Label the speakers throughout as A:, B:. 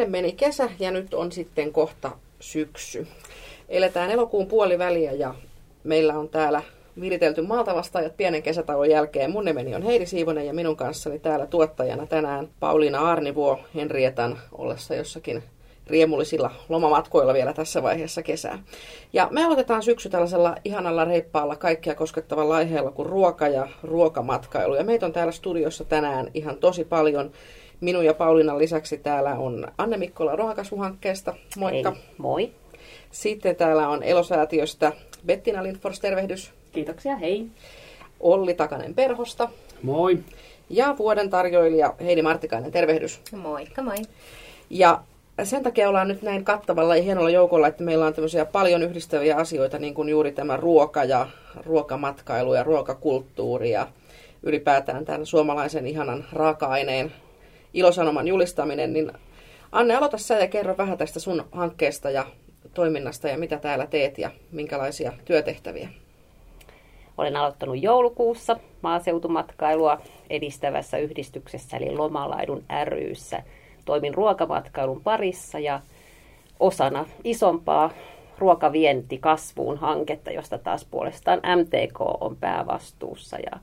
A: sinne meni kesä ja nyt on sitten kohta syksy. Eletään elokuun puoliväliä ja meillä on täällä viritelty maalta vastaajat pienen kesätauon jälkeen. Mun nimeni on Heidi Siivonen ja minun kanssani täällä tuottajana tänään Pauliina Aarnivuo Henrietan ollessa jossakin riemullisilla lomamatkoilla vielä tässä vaiheessa kesää. Ja me aloitetaan syksy tällaisella ihanalla reippaalla kaikkia koskettavalla aiheella kuin ruoka ja ruokamatkailu. Ja meitä on täällä studiossa tänään ihan tosi paljon. Minun ja Pauliinan lisäksi täällä on Anne Mikkola Ruokakasvuhankkeesta. Moikka.
B: Hei, moi.
A: Sitten täällä on Elosäätiöstä Bettina Lindfors, tervehdys.
B: Kiitoksia, hei.
A: Olli Takanen Perhosta.
C: Moi.
A: Ja vuoden tarjoilija Heidi Martikainen, tervehdys.
D: Moikka, moi.
A: Ja sen takia ollaan nyt näin kattavalla ja hienolla joukolla, että meillä on tämmöisiä paljon yhdistäviä asioita, niin kuin juuri tämä ruoka ja ruokamatkailu ja ruokakulttuuri ja ylipäätään tämän suomalaisen ihanan raaka-aineen ilosanoman julistaminen. Niin Anne, aloita sä ja kerro vähän tästä sun hankkeesta ja toiminnasta ja mitä täällä teet ja minkälaisia työtehtäviä.
B: Olen aloittanut joulukuussa maaseutumatkailua edistävässä yhdistyksessä eli Lomalaidun ry:ssä. Toimin ruokamatkailun parissa ja osana isompaa ruokavientikasvuun hanketta, josta taas puolestaan MTK on päävastuussa. Ja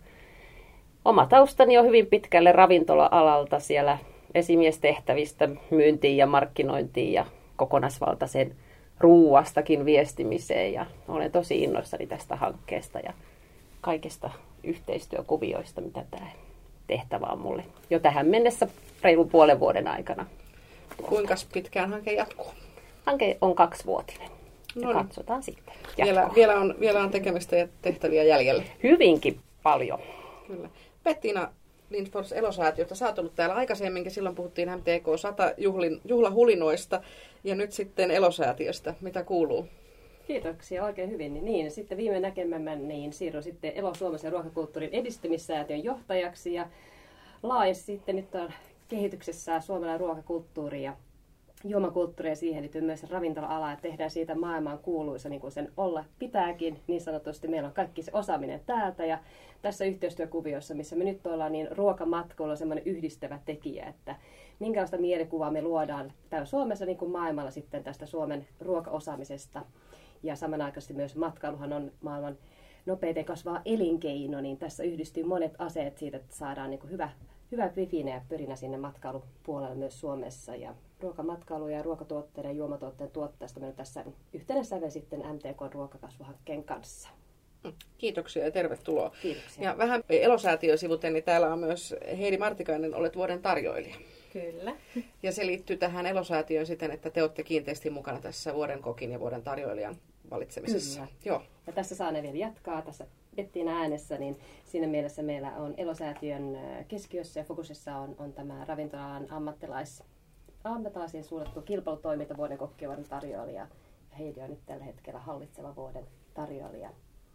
B: oma taustani on hyvin pitkälle ravintola-alalta siellä esimiestehtävistä myyntiin ja markkinointiin ja kokonaisvaltaisen ruuastakin viestimiseen. Ja olen tosi innoissani tästä hankkeesta ja kaikista yhteistyökuvioista, mitä tämä tehtävä on mulle jo tähän mennessä reilun puolen vuoden aikana.
A: Kuinka pitkään hanke jatkuu?
B: Hanke on 2-vuotinen. Ja katsotaan sitten.
A: Vielä on tekemistä ja tehtäviä jäljellä.
B: Hyvinkin paljon.
A: Kyllä. Bettina Lindfors Elosäätiöstä. Sä oot ollut täällä aikaisemminkin. Silloin puhuttiin MTK 100 juhlahulinoista ja nyt sitten Elosäätiöstä. Mitä kuuluu?
E: Kiitoksia oikein hyvin. Niin, sitten viime näkemämme niin siirryn sitten Elo-Suomessa ruokakulttuurin edistämissäätiön johtajaksi ja laajasti sitten nyt on kehityksessä suomalainen ruokakulttuuri ja juomakulttuuri ja siihen liittyy myös ravintola-ala ja tehdään siitä maailman kuuluisa niin kuin sen olla pitääkin. Niin sanotusti meillä on kaikki se osaaminen täältä ja tässä yhteistyökuviossa, missä me nyt ollaan, niin ruokamatkailu on semmoinen yhdistävä tekijä, että minkälaista mielikuvaa me luodaan täällä Suomessa niin kuin maailmalla sitten tästä Suomen ruokaosaamisesta. Ja samanaikaisesti myös matkailuhan on maailman nopeiten kasvaa elinkeino, niin tässä yhdistyy monet aseet siitä, että saadaan niin kuin hyvä grifine ja pörinä sinne matkailupuolelle myös Suomessa. Ja ruokamatkailu ja ruokatuotteiden ja juomatuotteiden tuotteesta meillä tässä yhtenä sävel sitten MTK Ruokakasvuhankkeen kanssa.
A: Kiitoksia ja tervetuloa.
E: Kiitoksia.
A: Ja vähän Elosäätiö-sivuten, niin täällä on myös Heidi Martikainen, olet vuoden tarjoilija.
D: Kyllä.
A: Ja se liittyy tähän Elosäätiöön siten, että te olette kiinteästi mukana tässä vuoden kokin ja vuoden tarjoilijan valitsemisessa.
E: Kyllä.
A: Joo.
E: Ja tässä saa ne vielä jatkaa tässä Bettina äänessä, niin siinä mielessä meillä on Elosäätiön keskiössä ja fokusessa on tämä ravintolan ammattilaisiin suunnattu kilpailutoiminta vuoden kokki ja vuoden tarjoilija. Heidi on nyt tällä hetkellä hallitseva vuoden tarjoilija.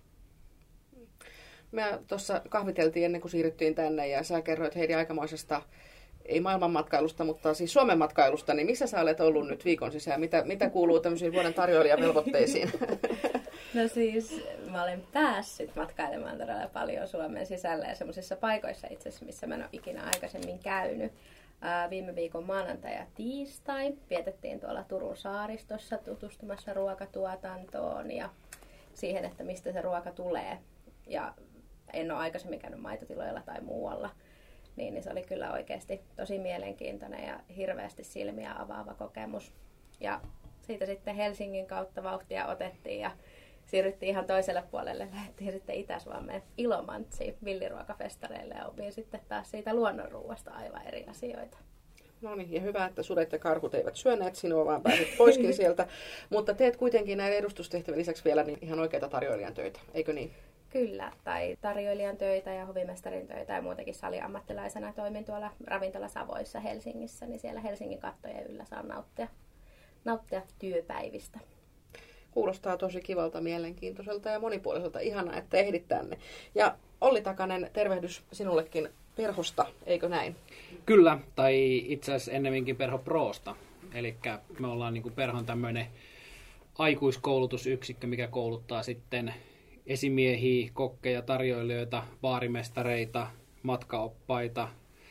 A: Me tuossa kahviteltiin ennen kuin siirryttiin tänne ja sä kerroit Heidi aikamoisesta, ei maailmanmatkailusta, mutta siis Suomen matkailusta, niin missä sä olet ollut nyt viikon sisään? Mitä kuuluu tämmöisiin vuoden tarjoilijavelvoitteisiin?
D: No siis mä olen päässyt matkailemaan todella paljon Suomen sisällä ja semmoisissa paikoissa itse asiassa, missä mä en ole ikinä aikaisemmin käynyt. Viime viikon maanantai ja tiistai vietettiin tuolla Turun saaristossa tutustumassa ruokatuotantoon ja siihen, että mistä se ruoka tulee. Ja en ole aikaisemmin käynyt maitotiloilla tai muualla. Niin se oli kyllä oikeasti tosi mielenkiintoinen ja hirveästi silmiä avaava kokemus. Ja siitä sitten Helsingin kautta vauhtia otettiin ja siirryttiin ihan toiselle puolelle. Lähdettiin sitten Itä-Suomeen Ilomantsiin villiruokafestareille ja opin sitten taas siitä luonnonruuasta aivan eri asioita.
A: No niin, ja hyvä, että sudet ja karhut eivät syöneet sinua, vaan pääsit poiskin sieltä. Mutta teet kuitenkin näiden edustustehtävien lisäksi vielä niin ihan oikeita tarjoilijan töitä, eikö niin?
D: Kyllä, tai tarjoilijan töitä ja hovimestarin töitä ja muutenkin saliammattilaisena toimin tuolla Ravintola Savoissa Helsingissä, niin siellä Helsingin kattojen yllä saa nauttia työpäivistä.
A: Kuulostaa tosi kivalta, mielenkiintoiselta ja monipuoliselta. Ihanaa, että ehdit tänne. Ja Olli Takanen, tervehdys sinullekin Perhosta, eikö näin?
C: Kyllä, tai itse asiassa ennemminkin Perho Prosta. Eli me ollaan niin kuin Perhon tämmöinen aikuiskoulutusyksikkö, mikä kouluttaa sitten esimiehiä, kokkeja, tarjoilijoita, baarimestareita, matkaoppaita,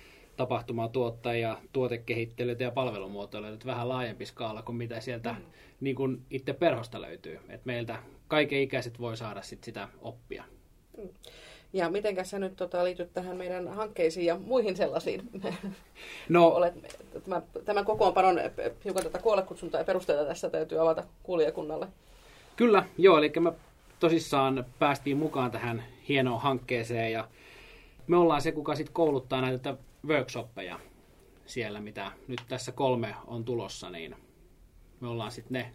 C: tapahtumatuottajia, tuotekehittelyitä ja palvelumuotoilijoita vähän laajempi skaala kuin mitä sieltä niin kuin itse perhosta löytyy. Et meiltä kaikenikäiset voi saada sitä oppia.
A: Ja mitenkäs sä nyt liityt tähän meidän hankkeisiin ja muihin sellaisiin?
C: No,
A: Olet tämän kokoonpanon hiukan tätä kuollekutsuntaa ja perusteita tässä täytyy avata kuulijakunnalle.
C: Kyllä, joo, eli me tosissaan päästiin mukaan tähän hienoon hankkeeseen ja me ollaan se, kuka sitten kouluttaa näitä workshoppeja siellä, mitä nyt tässä 3 on tulossa, niin me ollaan sitten ne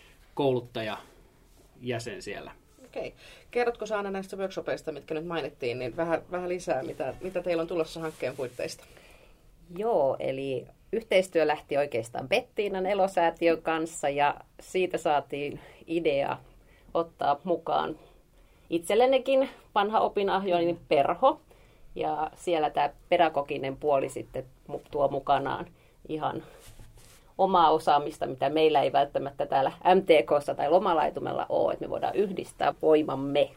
C: kouluttajajäsen siellä.
A: Okei. Kerrotko Saana näistä workshopeista, mitkä nyt mainittiin, niin vähän lisää, mitä teillä on tulossa hankkeen puitteista?
B: Joo, eli yhteistyö lähti oikeastaan Bettiinan Elosäätiön kanssa ja siitä saatiin idea ottaa mukaan itsellenikin vanha opinahjoinen Perho. Ja siellä tämä pedagoginen puoli sitten tuo mukanaan ihan omaa osaamista, mitä meillä ei välttämättä täällä MTK:ssa tai lomalaitumella ole, että me voidaan yhdistää voimamme.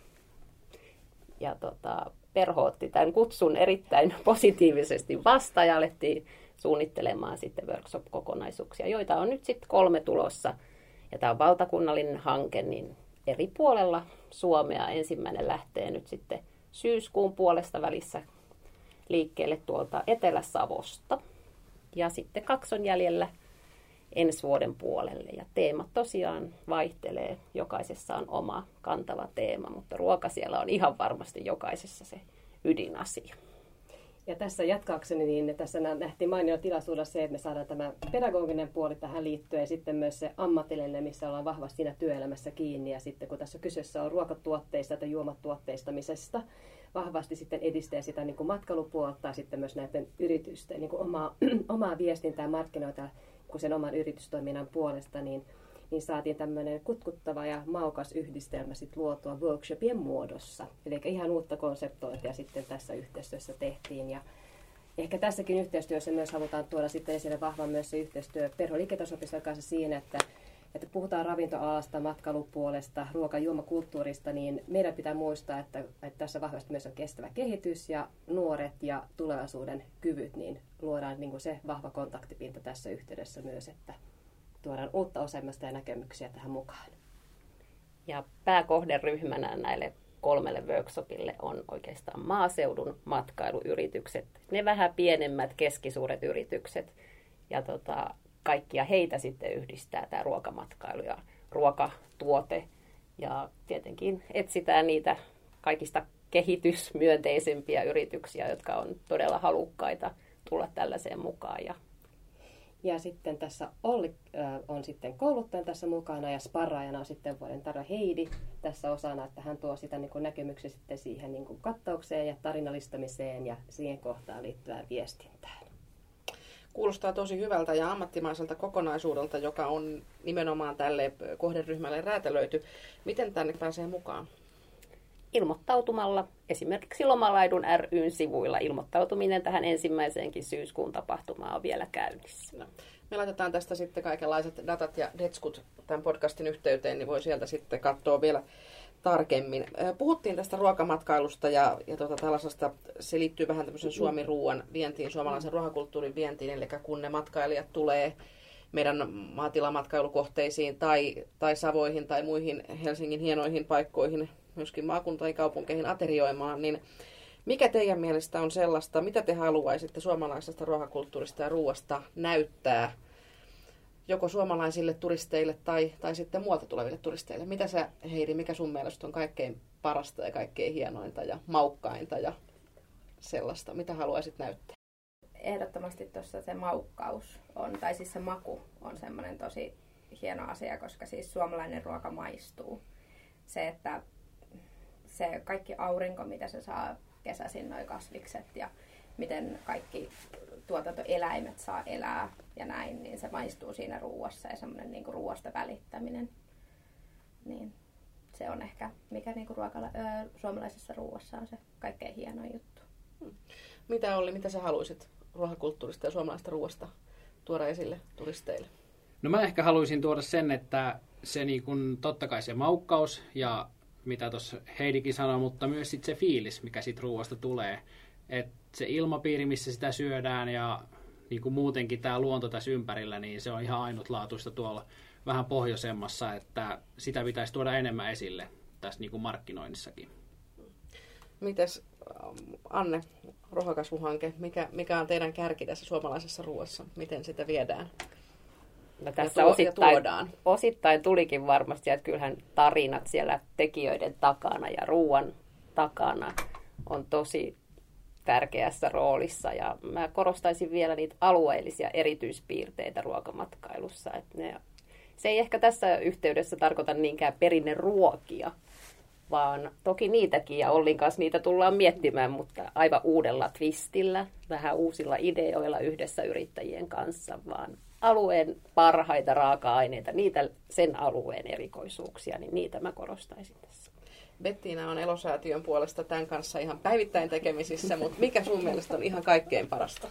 B: Ja Perho otti tämän kutsun erittäin positiivisesti vastaan ja alettiin suunnittelemaan sitten workshop-kokonaisuuksia, joita on nyt sitten 3 tulossa. Ja tämä on valtakunnallinen hanke, niin eri puolella Suomea ensimmäinen lähtee nyt sitten syyskuun puolesta välissä liikkeelle tuolta Etelä-Savosta. Ja sitten 2 on jäljellä ensi vuoden puolelle. Ja teemat tosiaan vaihtelee. Jokaisessa on oma kantava teema, mutta ruoka siellä on ihan varmasti jokaisessa se ydinasia.
E: Ja tässä jatkaakseni, niin tässä nähtiin mainiolla tilaisuudessa se, että me saadaan tämä pedagoginen puoli tähän liittyen ja sitten myös se ammatillinen, missä ollaan vahvasti siinä työelämässä kiinni. Ja sitten kun tässä kyseessä on ruokatuotteista tai juomatuotteistamisesta, vahvasti sitten edistää sitä niin kuin matkailupuolta ja sitten myös näiden yritysten niin kuin omaa viestintää ja markkinoita kun sen oman yritystoiminnan puolesta, niin saatiin tämmöinen kutkuttava ja maukas yhdistelmä sit luotua workshopien muodossa. Eli ihan uutta konseptointia sitten tässä yhteistyössä tehtiin. Ja ehkä tässäkin yhteistyössä myös halutaan tuoda sitten esille vahvan myös se yhteistyö Perho liiketasopiston kanssa siinä, että puhutaan ravintoalasta, matkailupuolesta, ruoka- ja juomakulttuurista, niin meidän pitää muistaa, että tässä vahvasti myös on kestävä kehitys ja nuoret ja tulevaisuuden kyvyt, niin luodaan niin kuin se vahva kontaktipinta tässä yhteydessä myös, että tuodaan uutta osaamista ja näkemyksiä tähän mukaan.
B: Ja pääkohderyhmänä näille 3 workshopille on oikeastaan maaseudun matkailuyritykset. Ne vähän pienemmät, keskisuuret yritykset. Ja kaikkia heitä sitten yhdistää tämä ruokamatkailu ja ruokatuote. Ja tietenkin etsitään niitä kaikista kehitysmyönteisempiä yrityksiä, jotka on todella halukkaita tulla tällaiseen mukaan.
E: Ja sitten tässä Olli on sitten kouluttajan tässä mukana ja sparraajana on sitten vuoden Tarja Heidi tässä osana, että hän tuo sitä niin kuin näkemyksiä sitten siihen niin kuin kattaukseen ja tarinallistamiseen ja siihen kohtaan liittyvään viestintään.
A: Kuulostaa tosi hyvältä ja ammattimaiselta kokonaisuudelta, joka on nimenomaan tälle kohderyhmälle räätälöity. Miten tänne pääsee mukaan?
B: Ilmoittautumalla esimerkiksi Lomalaidun ry:n sivuilla. Ilmoittautuminen tähän ensimmäiseenkin syyskuun tapahtumaan on vielä käynnissä.
A: No. Me laitetaan tästä sitten kaikenlaiset datat ja detskut tämän podcastin yhteyteen, niin voi sieltä sitten katsoa vielä tarkemmin. Puhuttiin tästä ruokamatkailusta ja tällaisesta, se liittyy vähän tämmöisen Suomi-ruuan vientiin, suomalaisen ruokakulttuurin vientiin, eli kun ne matkailijat tulee meidän maatilamatkailukohteisiin tai Savoihin tai muihin Helsingin hienoihin paikkoihin, myöskin maakunta- ja kaupunkeihin aterioimaan, niin mikä teidän mielestä on sellaista, mitä te haluaisitte suomalaisesta ruokakulttuurista ja ruoasta näyttää joko suomalaisille turisteille tai sitten muualta tuleville turisteille? Mitä sä, Heidi, mikä sun mielestä on kaikkein parasta ja kaikkein hienointa ja maukkainta ja sellaista? Mitä haluaisit näyttää?
D: Ehdottomasti tuossa se maukkaus on, tai siis se maku on semmoinen tosi hieno asia, koska siis suomalainen ruoka maistuu. Se, että se kaikki aurinko, mitä se saa kesäisin, noi kasvikset ja miten kaikki tuotantoeläimet saa elää ja näin, niin se maistuu siinä ruuassa ja semmoinen niin kuin ruuasta välittäminen. Niin se on ehkä, mikä niin kuin suomalaisessa ruuassa on se kaikkein hienoin juttu.
A: Mitä Olli, mitä sä haluaisit ruokakulttuurista ja suomalaisesta ruuasta tuoda esille turisteille?
C: No mä ehkä haluaisin tuoda sen, että se niin kun, totta kai se maukkaus ja mitä tuossa Heidikin sanoi, mutta myös sit se fiilis, mikä siitä ruuasta tulee. että se ilmapiiri, missä sitä syödään ja niin kuin muutenkin tämä luonto tässä ympärillä, niin se on ihan ainutlaatuista tuolla vähän pohjoisemmassa, että sitä pitäisi tuoda enemmän esille tässä niin kuin markkinoinnissakin.
A: Mites Anne, ruokakasvuhanke, mikä on teidän kärki tässä suomalaisessa ruoassa? Miten sitä viedään?
B: No tässä
A: ja tuodaan?
B: Osittain tulikin varmasti, että kyllähän tarinat siellä tekijöiden takana ja ruoan takana on tosi tärkeässä roolissa. Ja mä korostaisin vielä niitä alueellisia erityispiirteitä ruokamatkailussa. Että se ei ehkä tässä yhteydessä tarkoita niinkään perinneruokia, vaan toki niitäkin, ja Ollin kanssa niitä tullaan miettimään, mutta aivan uudella twistillä, vähän uusilla ideoilla yhdessä yrittäjien kanssa, vaan alueen parhaita raaka-aineita, niitä sen alueen erikoisuuksia, niin niitä mä korostaisin tässä.
A: Bettiina on Elosäätiön puolesta tämän kanssa ihan päivittäin tekemisissä, mutta mikä sun mielestä on ihan kaikkein parasta?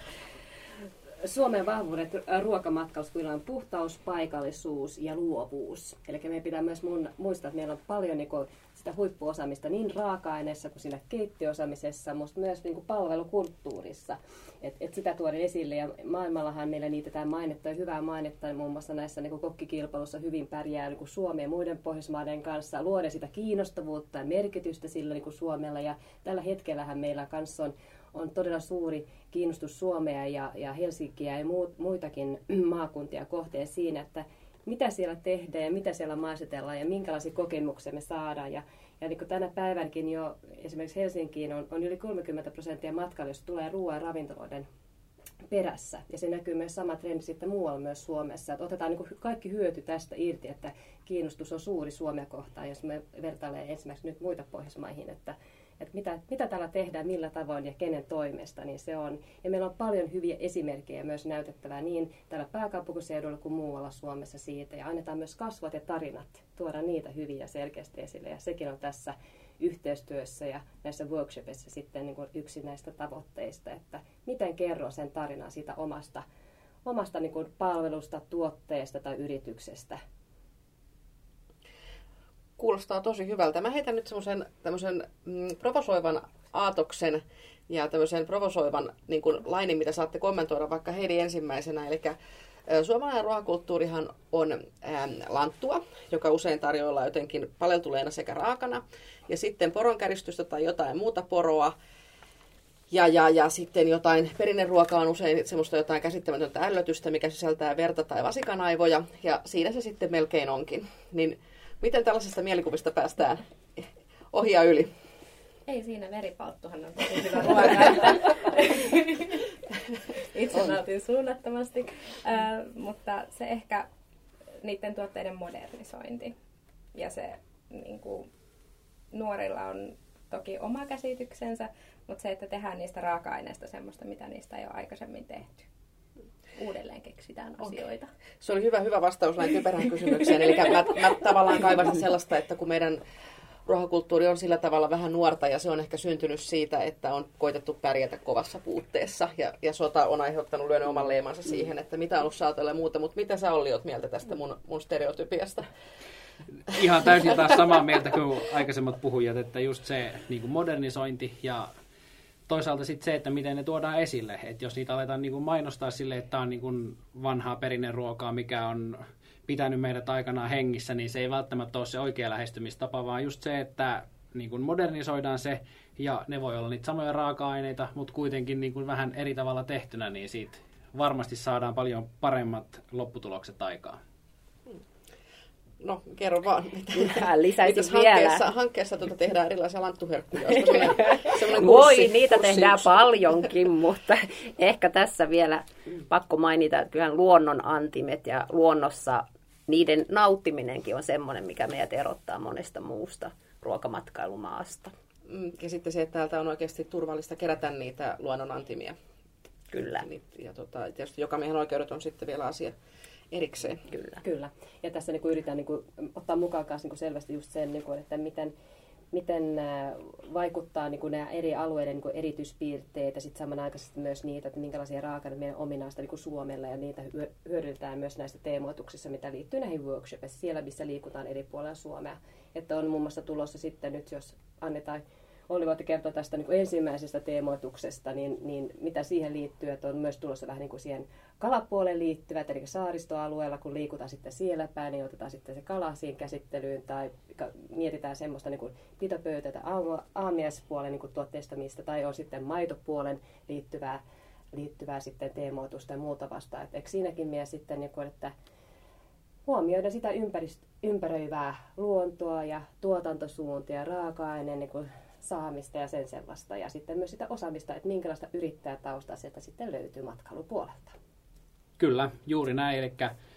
E: Suomen vahvuudet ruokamatkailussa on puhtaus, paikallisuus ja luovuus. Eli meidän pitää myös muistaa, että meillä on paljon sitä huippuosaamista niin raaka-aineessa kuin siinä keittiöosaamisessa, mutta myös palvelukulttuurissa. Et sitä tuodaan esille, ja maailmallahan meillä niitetään mainetta ja hyvää mainetta, muun muassa näissä kokkikilpailussa hyvin pärjää Suomen ja muiden Pohjoismaiden kanssa, luoda sitä kiinnostavuutta ja merkitystä sillä Suomella, ja tällä hetkellähän meillä kanssa on todella suuri kiinnostus Suomea ja Helsinkiä ja muitakin maakuntia kohteen siinä, että mitä siellä tehdään ja mitä siellä maistellaan ja minkälaisia kokemuksia me saadaan. Ja niin kuin tänä päivänkin jo esimerkiksi Helsinkiin on yli 30% matkailijoista tulee ruoan ravintoloiden perässä. Ja se näkyy myös sama trendi sitten muualla myös Suomessa. Että otetaan kaikki hyöty tästä irti, että kiinnostus on suuri Suomea kohtaan, jos me vertailee ensimmäiseksi nyt muita Pohjoismaihin, että mitä täällä tehdään, millä tavoin ja kenen toimesta, niin se on. Ja meillä on paljon hyviä esimerkkejä myös näytettävää niin täällä pääkaupunkiseudulla kuin muualla Suomessa siitä. Ja annetaan myös kasvot ja tarinat, tuoda niitä hyvin ja selkeästi esille. Ja sekin on tässä yhteistyössä ja näissä workshopissa sitten niin kuin yksi näistä tavoitteista, että miten kerron sen tarinan siitä omasta niin kuin palvelusta, tuotteesta tai yrityksestä.
A: Kuulostaa tosi hyvältä. Mä heitän nyt tämmöisen provosoivan aatoksen ja tämmöisen provosoivan niin kuin lainin, mitä saatte kommentoida vaikka Heidi ensimmäisenä. Eli suomalainen ruokakulttuurihan on lanttua, joka usein tarjoillaan jotenkin paleltuleena sekä raakana, ja sitten poronkäristystä tai jotain muuta poroa. Ja sitten jotain perinneruokaa on usein semmoista jotain käsittämätöntä ällötystä, mikä sisältää verta tai vasikanaivoja, ja siinä se sitten melkein onkin. Niin miten tällaisesta mielikuvista päästään ohi ja yli?
D: Ei siinä, veripalttuhan on tosi hyvä ruoka. Itse nautin suunnattomasti, mutta se ehkä niiden tuotteiden modernisointi. Ja se niin kuin, nuorilla on toki oma käsityksensä, mutta se, että tehdään niistä raaka-aineista semmoista, mitä niistä ei ole aikaisemmin tehty. Uudelleen keksitään asioita.
A: Okay. Se oli hyvä vastaus näin typerään kysymykseen. Eli mä tavallaan kaivasin sellaista, että kun meidän ruokakulttuuri on sillä tavalla vähän nuorta ja se on ehkä syntynyt siitä, että on koitettu pärjätä kovassa puutteessa ja sota on aiheuttanut lyönyt oman leimansa siihen, että mitä on ollut saatella ja muuta. Mutta mitä sä Olli oot mieltä tästä mun stereotypiasta?
C: Ihan täysin taas samaa mieltä kuin aikaisemmat puhujat, että just se niin kuin modernisointi ja toisaalta sitten se, että miten ne tuodaan esille. Että jos niitä aletaan niin kuin mainostaa sille, että tämä on niin kuin vanhaa perinneruokaa, mikä on pitänyt meidät aikanaan hengissä, niin se ei välttämättä ole se oikea lähestymistapa, vaan just se, että niin kuin modernisoidaan se, ja ne voi olla niitä samoja raaka-aineita, mutta kuitenkin niin kuin vähän eri tavalla tehtynä, niin siitä varmasti saadaan paljon paremmat lopputulokset aikaan.
A: No, kerro vaan.
B: Lisäisin vielä.
A: Hankkeessa tehdään erilaisia lanttuherkkuja.
B: Niitä tehdään paljonkin, mutta ehkä tässä vielä pakko mainita, että kyllähän luonnon antimet ja luonnossa niiden nauttiminenkin on semmoinen, mikä meidät erottaa monesta muusta ruokamatkailumaasta.
A: Ja sitten se, että täältä on oikeasti turvallista kerätä niitä luonnon antimia.
B: Kyllä.
A: Ja tietysti jokamiehen oikeudet on sitten vielä asia erikseen.
E: Kyllä. Ja tässä yritetään ottaa mukaan selvästi just sen, että miten vaikuttaa nämä eri alueiden erityispiirteitä, sitten samanaikaisesti myös niitä, että minkälaisia raaka-aineita meidän ominaista Suomella, ja niitä hyödynnetään myös näissä teemoituksissa, mitä liittyy näihin workshopeissa, siellä missä liikutaan eri puolilla Suomea. Että on muun muassa tulossa sitten nyt, jos Anne tai Olli kertoi tästä niin kuin ensimmäisestä teemoituksesta, niin mitä siihen liittyy, että on myös tulossa vähän niin kuin siihen kalapuoleen liittyvät, eli saaristoalueella, kun liikutaan sitten siellä päin, niin otetaan sitten se kala siihen käsittelyyn, tai mietitään semmoista niin kuin pitopöytätä aamiaispuolen niin kuin tuotteistamista, tai on sitten maitopuolen liittyvää sitten teemoitusta ja muuta vastaan. Eikö siinäkin mielessä sitten, niin kuin, että huomioida sitä ympäröivää luontoa ja tuotantosuuntia ja raaka-aineen niin kuin saamista ja sen sellaista. Ja sitten myös sitä osaamista, että minkälaista yrittäjätaustaa sieltä sitten löytyy matkailupuolelta.
C: Kyllä, juuri näin. Eli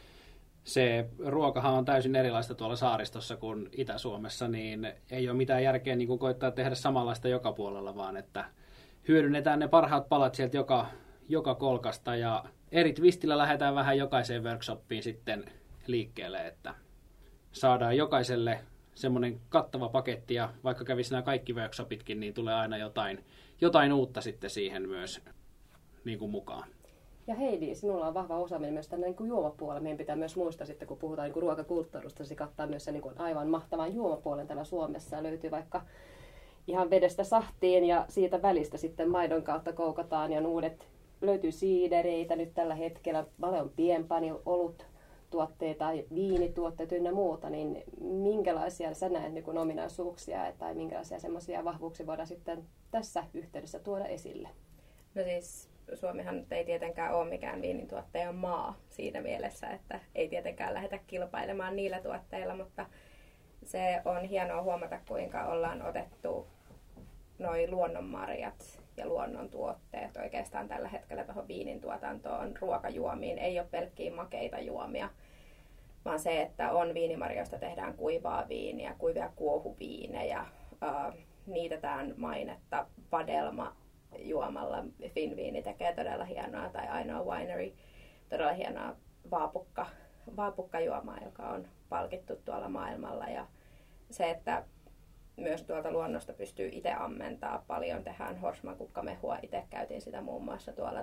C: se ruokahan on täysin erilaista tuolla saaristossa kuin Itä-Suomessa, niin ei ole mitään järkeä niin kuin koittaa tehdä samanlaista joka puolella, vaan että hyödynnetään ne parhaat palat sieltä joka kolkasta ja eri twistillä lähdetään vähän jokaiseen workshopiin sitten liikkeelle, että saadaan jokaiselle semmoinen kattava paketti ja vaikka kävisi nämä kaikki workshopitkin, niin tulee aina jotain uutta sitten siihen myös niin kuin mukaan.
E: Ja Heidi, sinulla on vahva osaaminen myös tänne niin juomapuolella. Meidän pitää myös muistaa sitten, kun puhutaan niin ruokakulttuurista, se kattaa myös sen niin aivan mahtavan juomapuolen täällä Suomessa. Löytyy vaikka ihan vedestä sahtiin ja siitä välistä sitten maidon kautta koukataan ja löytyy siidereitä nyt tällä hetkellä, paljon pienpani, oluttuotteita, viinituotteita ynnä muuta, niin minkälaisia sä näet niin ominaisuuksia tai minkälaisia semmoisia vahvuuksia voidaan sitten tässä yhteydessä tuoda esille?
D: No siis Suomihan ei tietenkään ole mikään viinituottajan maa siinä mielessä, että ei tietenkään lähdetä kilpailemaan niillä tuotteilla, mutta se on hienoa huomata, kuinka ollaan otettu noi luonnonmarjat ja luonnontuotteet oikeastaan tällä hetkellä tuohon viinin tuotantoon, ruokajuomiin. Ei ole pelkkiä makeita juomia, vaan se, että on viinimarjoista tehdään kuivaa viiniä, kuivia kuohuviinejä, niitetään mainetta vadelmajuomalla. Finviini tekee todella hienoa, tai Ainoa Winery, todella hienoa vaapukkajuomaa, joka on palkittu tuolla maailmalla. Ja se, että myös tuolta luonnosta pystyy itse ammentaa paljon. Tehdään horsmankukkamehua. Itse käytiin sitä muun muassa tuolla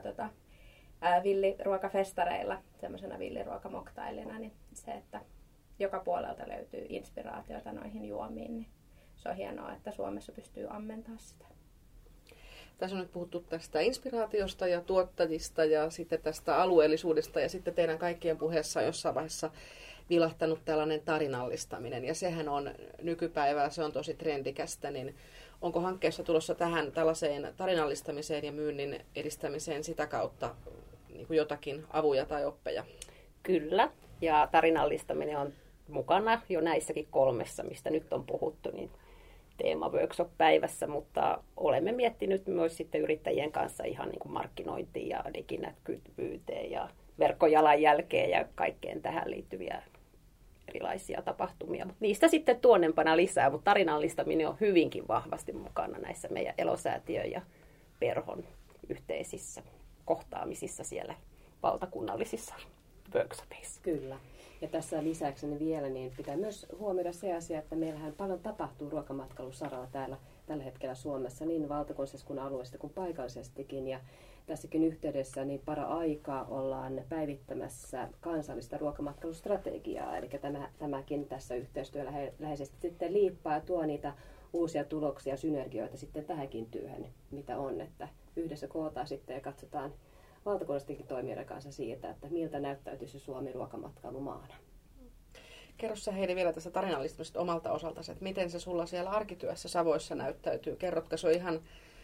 D: villiruokafestareilla, semmoisena villiruokamoktailina. Niin se, että joka puolelta löytyy inspiraatiota noihin juomiin, niin se on hienoa, että Suomessa pystyy ammentamaan sitä.
A: Tässä on nyt puhuttu tästä inspiraatiosta ja tuottajista ja sitten tästä alueellisuudesta ja sitten teidän kaikkien puheessa jossain vaiheessa vilahtanut tällainen tarinallistaminen, ja sehän on nykypäivää, se on tosi trendikästä, niin onko hankkeessa tulossa tähän tällaiseen tarinallistamiseen ja myynnin edistämiseen sitä kautta niin kuin jotakin avuja tai oppeja?
B: Kyllä, ja tarinallistaminen on mukana jo näissäkin 3, mistä nyt on puhuttu, niin teema-workshop-päivässä, mutta olemme miettinyt myös sitten yrittäjien kanssa ihan niin kuin markkinointiin ja diginäkyvyyteen ja verkkojalanjälkeen ja kaikkeen tähän liittyviä erilaisia tapahtumia. Mutta niistä sitten tuonnempana lisää, mutta tarinallistaminen on hyvinkin vahvasti mukana näissä meidän Elosäätiön ja Perhon yhteisissä kohtaamisissa siellä valtakunnallisissa workshopeissa.
E: Kyllä. Ja tässä lisäksi vielä niin pitää myös huomioida se asia, että meillähän paljon tapahtuu ruokamatkailusaralla täällä tällä hetkellä Suomessa niin valtakunnallisessa kuin alueellisesti kuin paikallisestikin. Ja tässäkin yhteydessä niin para-aikaa ollaan päivittämässä kansallista ruokamatkailustrategiaa. Eli tämäkin tässä yhteistyö läheisesti sitten liippaa ja tuo niitä uusia tuloksia ja synergioita sitten tähänkin työhön, mitä on. Että yhdessä kootaan sitten ja katsotaan valtakunnallistenkin toimijoiden kanssa siitä, että miltä näyttäytyisi Suomi ruokamatkailumaana.
A: Kerro sä Heidi vielä tästä tarinallistamista omalta osaltasi, että miten se sulla siellä arkityössä Savoissa näyttäytyy? Kerrotko se ihan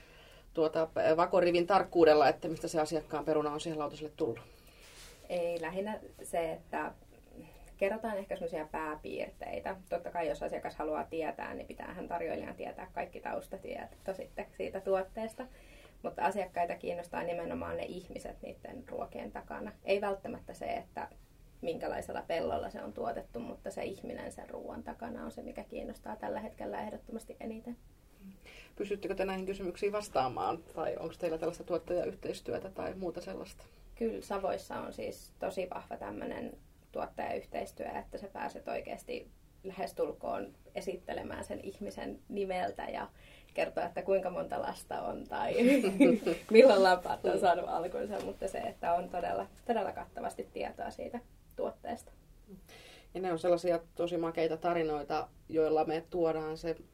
A: vakorivin tarkkuudella, että mistä se asiakkaan peruna on siihen lautaselle tullut?
D: Ei, lähinnä se, että kerrotaan ehkä sellaisia pääpiirteitä. Totta kai jos asiakas haluaa tietää, niin pitäähän tarjoilijan tietää kaikki taustatieto sitten siitä tuotteesta. Mutta asiakkaita kiinnostaa nimenomaan ne ihmiset niiden ruokien takana. Ei välttämättä se, että minkälaisella pellolla se on tuotettu, mutta se ihminen sen ruoan takana on se, mikä kiinnostaa tällä hetkellä ehdottomasti eniten.
A: Pystyttekö te näihin kysymyksiin vastaamaan, tai onko teillä tällaista tuottajayhteistyötä tai muuta sellaista?
D: Kyllä Savoissa on siis tosi vahva tämmöinen tuottajayhteistyö, että sä pääset oikeasti lähestulkoon esittelemään sen ihmisen nimeltä ja kertoa, että kuinka monta lasta on tai milloin lampaat on saanut alkunsa, mutta se, että on todella kattavasti tietoa siitä tuotteesta.
A: Ja ne on sellaisia tosi makeita tarinoita, joilla me tuodaan se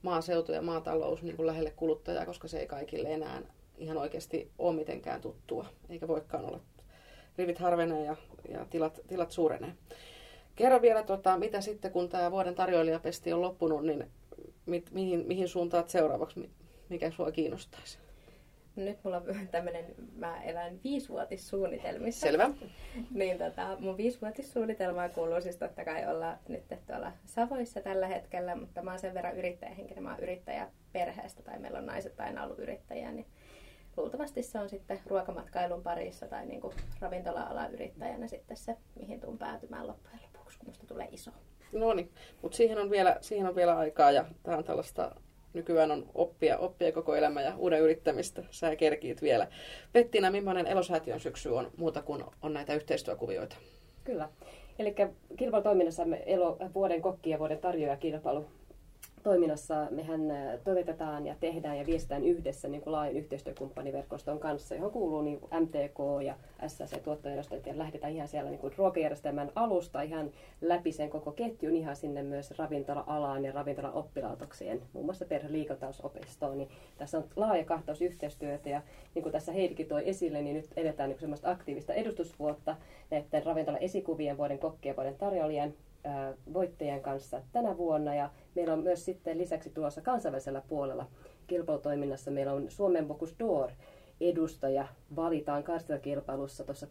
A: maaseutu ja maatalous niin kuin lähelle kuluttajaa, koska se ei kaikille enää ihan oikeasti ole mitenkään tuttua, eikä voikaan olla. Rivit harvenee ja tilat suurenee. Kerro vielä, mitä sitten, kun tämä vuoden tarjoilijapesti on loppunut, niin mihin suuntaat seuraavaksi? Mikä sua kiinnostaisi?
D: No nyt mulla on tämmöinen, mä elän 5-vuotissuunnitelmissa.
A: Selvä.
D: Niin mun 5-vuotissuunnitelmaan kuuluu siis totta kai olla nyt tuolla Savoissa tällä hetkellä, mutta mä oon sen verran yrittäjähenkinen, mä oon yrittäjä perheestä tai meillä on naiset aina ollut yrittäjiä, niin luultavasti se on sitten ruokamatkailun parissa tai niin kuin ravintola-alan yrittäjänä sitten se, mihin tuun päätymään loppujen lopuksi, kun musta tulee iso.
A: No niin, mutta siihen on vielä aikaa ja tämä on tällaista, nykyään on oppia koko elämä ja uuden yrittämistä. Sä kerkiit vielä. Pettina, millainen Elosäätiön syksy on muuta kuin on näitä yhteistyökuvioita?
E: Kyllä. Eli kilpailutoiminnassamme vuoden kokki ja vuoden tarjoaja kilpailu toiminnassa mehän toteutetaan ja tehdään ja viestitään yhdessä niin kuin laajan yhteistyökumppaniverkoston kanssa, johon kuuluu niin kuin MTK ja SSC-tuottajajärjestöt, ja lähdetään ihan siellä niin kuin ruokajärjestelmän alusta ihan läpi sen koko ketjun, ihan sinne myös ravintola-alaan ja ravintola-oppilaitoksien, muun muassa perhe-liikotausopistoon. Niin tässä on laaja kahtaus yhteistyötä, ja niin kuin tässä Heidikin toi esille, niin nyt edetään niin semmoista aktiivista edustusvuotta näiden ravintola-esikuvien, vuoden kokkien ja vuoden tarjoilijan voittajien kanssa tänä vuonna, ja meillä on myös sitten lisäksi tulossa kansainvälisellä puolella kilpailutoiminnassa. Meillä on Suomen Bocuse d'Or edustaja valitaan karsintakilpailussa tuossa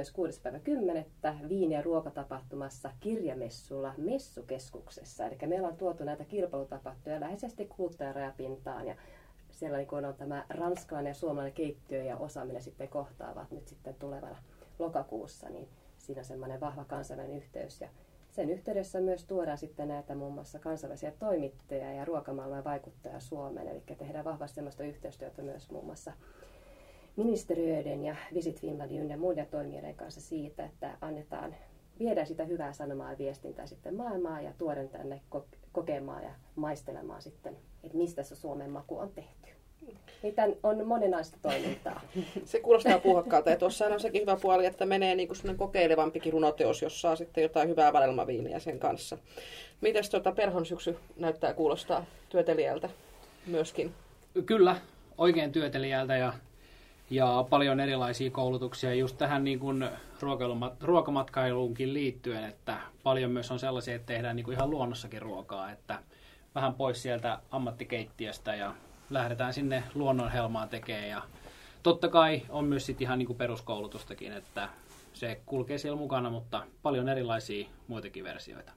E: 26.10. viini- ja ruokatapahtumassa kirjamessulla Messukeskuksessa. Eli meillä on tuotu näitä kilpailutapahtumia läheisesti kuluttajarajapintaan, ja siellä niin on tämä ranskalainen ja suomalainen keittiö ja osaaminen sitten kohtaavat nyt sitten tulevana lokakuussa, niin siinä on semmoinen vahva kansainvälinen yhteys, ja sen yhteydessä myös tuodaan sitten näitä muun muassa kansainvälisiä toimittajia ja ruokamaailman vaikuttajia Suomeen, eli tehdään vahvasti sellaista yhteistyötä myös muun muassa ministeriöiden ja Visit Finlandin ja muiden toimijoiden kanssa siitä, että viedään sitä hyvää sanomaa ja viestintää sitten maailmaan ja tuodaan tänne kokemaan ja maistelemaan sitten, että mistä se Suomen maku on tehty. Niitä on monenlaista toimintaa.
A: Se kuulostaa puuhakkaalta, ja tuossa on sekin hyvä puoli, että menee niin kuin sellainen kokeilevampikin runoteos, jossa saa sitten jotain hyvää vadelmaviiniä sen kanssa. Mites Perhon syksy näyttää kuulostaa työtelijältä myöskin?
C: Kyllä, oikein työtelijältä ja paljon erilaisia koulutuksia just tähän niin kuin ruokamatkailuunkin liittyen, että paljon myös on sellaisia, että tehdään niin kuin ihan luonnossakin ruokaa, että vähän pois sieltä ammattikeittiöstä ja lähdetään sinne luonnonhelmaan tekemään, ja totta kai on myös sit ihan niin kuin peruskoulutustakin, että se kulkee siellä mukana, mutta paljon erilaisia muitakin versioita.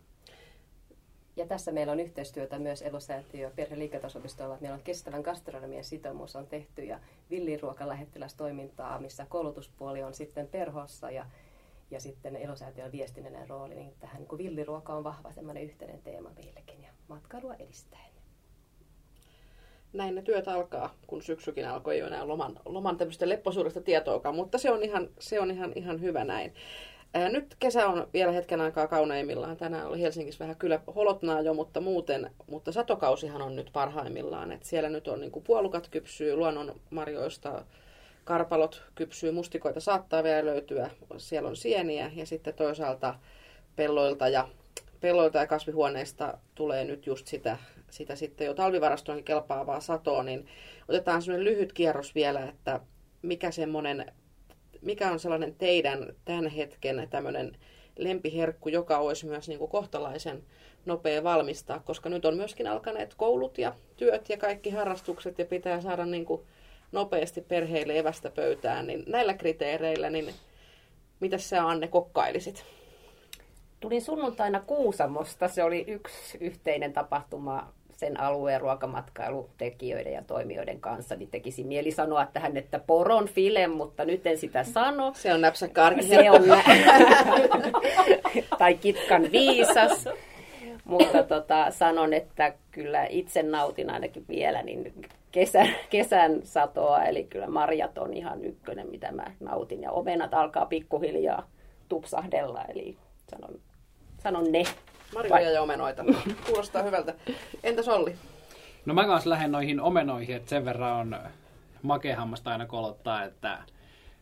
E: Ja tässä meillä on yhteistyötä myös Elosäätiö ja perhe-liiketausopistolla. Meillä on kestävän gastronomian sitoumus on tehty ja villiruokalähettilästoimintaa, missä koulutuspuoli on sitten Perhossa ja sitten Elosäätiön viestinnällinen rooli. Niin tähän niin kuin villiruoka on vahva semmoinen yhteinen teema meillekin ja matkailua edistäen.
A: Näin ne työt alkaa, kun syksykin alkoi, ei ole enää loman tämmöistä lepposuudesta tietoakaan, mutta se on ihan hyvä näin. Nyt kesä on vielä hetken aikaa kauneimmillaan. Tänään oli Helsingissä vähän kyllä holotnaa jo, mutta satokausihan on nyt parhaimmillaan. Et siellä nyt on niinku puolukat kypsyy luonnonmarjoista, karpalot kypsyy, mustikoita saattaa vielä löytyä. Siellä on sieniä ja sitten toisaalta pelloilta ja kasvihuoneista tulee nyt just sitä sitten jo talvivarastoonkin kelpaavaa satoa, niin otetaan semmoinen lyhyt kierros vielä, että mikä on sellainen teidän tämän hetken tämmöinen lempiherkku, joka olisi myös niin kuin kohtalaisen nopea valmistaa, koska nyt on myöskin alkaneet koulut ja työt ja kaikki harrastukset ja pitää saada niin kuin nopeasti perheille evästä pöytään, niin näillä kriteereillä, niin mitä sä Anne kokkailisit?
B: Tulin sunnuntaina Kuusamosta. Se oli yksi yhteinen tapahtuma sen alueen ruokamatkailutekijöiden ja toimijoiden kanssa. Niin tekisi mieli sanoa tähän, että poron file, mutta nyt en sitä sano.
A: Se on näpsäkkä arki.
B: Se on tai kitkan viisas. Mutta sanon, että kyllä itse nautin ainakin vielä niin kesän satoa. Eli kyllä marjat on ihan ykkönen, mitä mä nautin. Ja omenat alkaa pikkuhiljaa tupsahdella. Eli sanon ne.
A: Marjoja ja omenoita. Kuulostaa hyvältä. Entäs Olli?
C: No mä kanssa lähden noihin omenoihin, että sen verran on makeahammasta aina kolottaa, että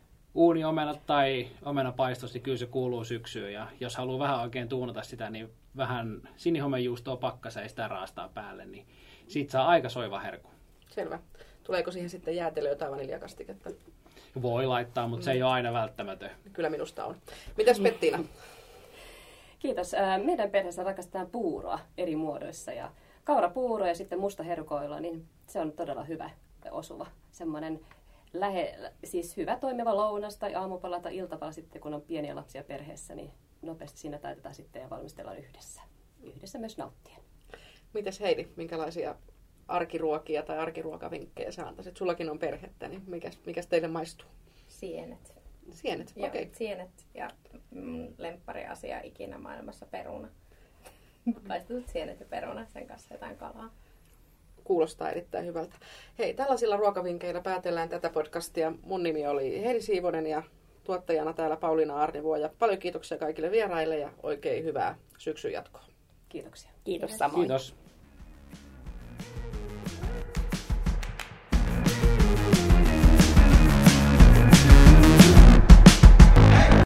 C: uuniomenat tai omenapaistos, niin kyllä se kuuluu syksyyn. Ja jos haluaa vähän oikein tuunata sitä, niin vähän sinihomejuustoa pakkaseen ja sitä raastaa päälle, niin siitä saa aika soiva herku.
A: Selvä. Tuleeko siihen sitten jäätelöä jotain vaniljakastiketta?
C: Voi laittaa, mutta se ei ole aina välttämätön.
A: Kyllä minusta on. Mitäs Pettiina?
E: Kiitos. Meidän perheessä rakastetaan puuroa eri muodoissa ja kaurapuuro ja sitten mustaherkoilla, niin se on todella hyvä osuva. Semmoinen siis hyvä toimiva lounas tai aamupala tai iltapala sitten, kun on pieniä lapsia perheessä, niin nopeasti siinä taitetaan sitten ja valmistellaan yhdessä. Yhdessä myös nauttien.
A: Mitäs Heidi, minkälaisia arkiruokia tai arkiruokavinkkejä sä antaisit? Sullakin on perhettä, niin mikäs teille maistuu?
D: Sienet.
A: Sienet,
D: Joo,
A: okei.
D: sienet ja lemppariasia ikinä maailmassa peruna. Paistetut sienet ja peruna, sen kanssa jotain kalaa.
A: Kuulostaa erittäin hyvältä. Hei, tällaisilla ruokavinkkeillä päätellään tätä podcastia. Mun nimi oli Heidi Siivonen ja tuottajana täällä Pauliina Arnivuo. Ja paljon kiitoksia kaikille vieraille ja oikein hyvää syksyn jatkoa.
E: Kiitoksia.
B: Kiitos samoin.
C: Kiitos.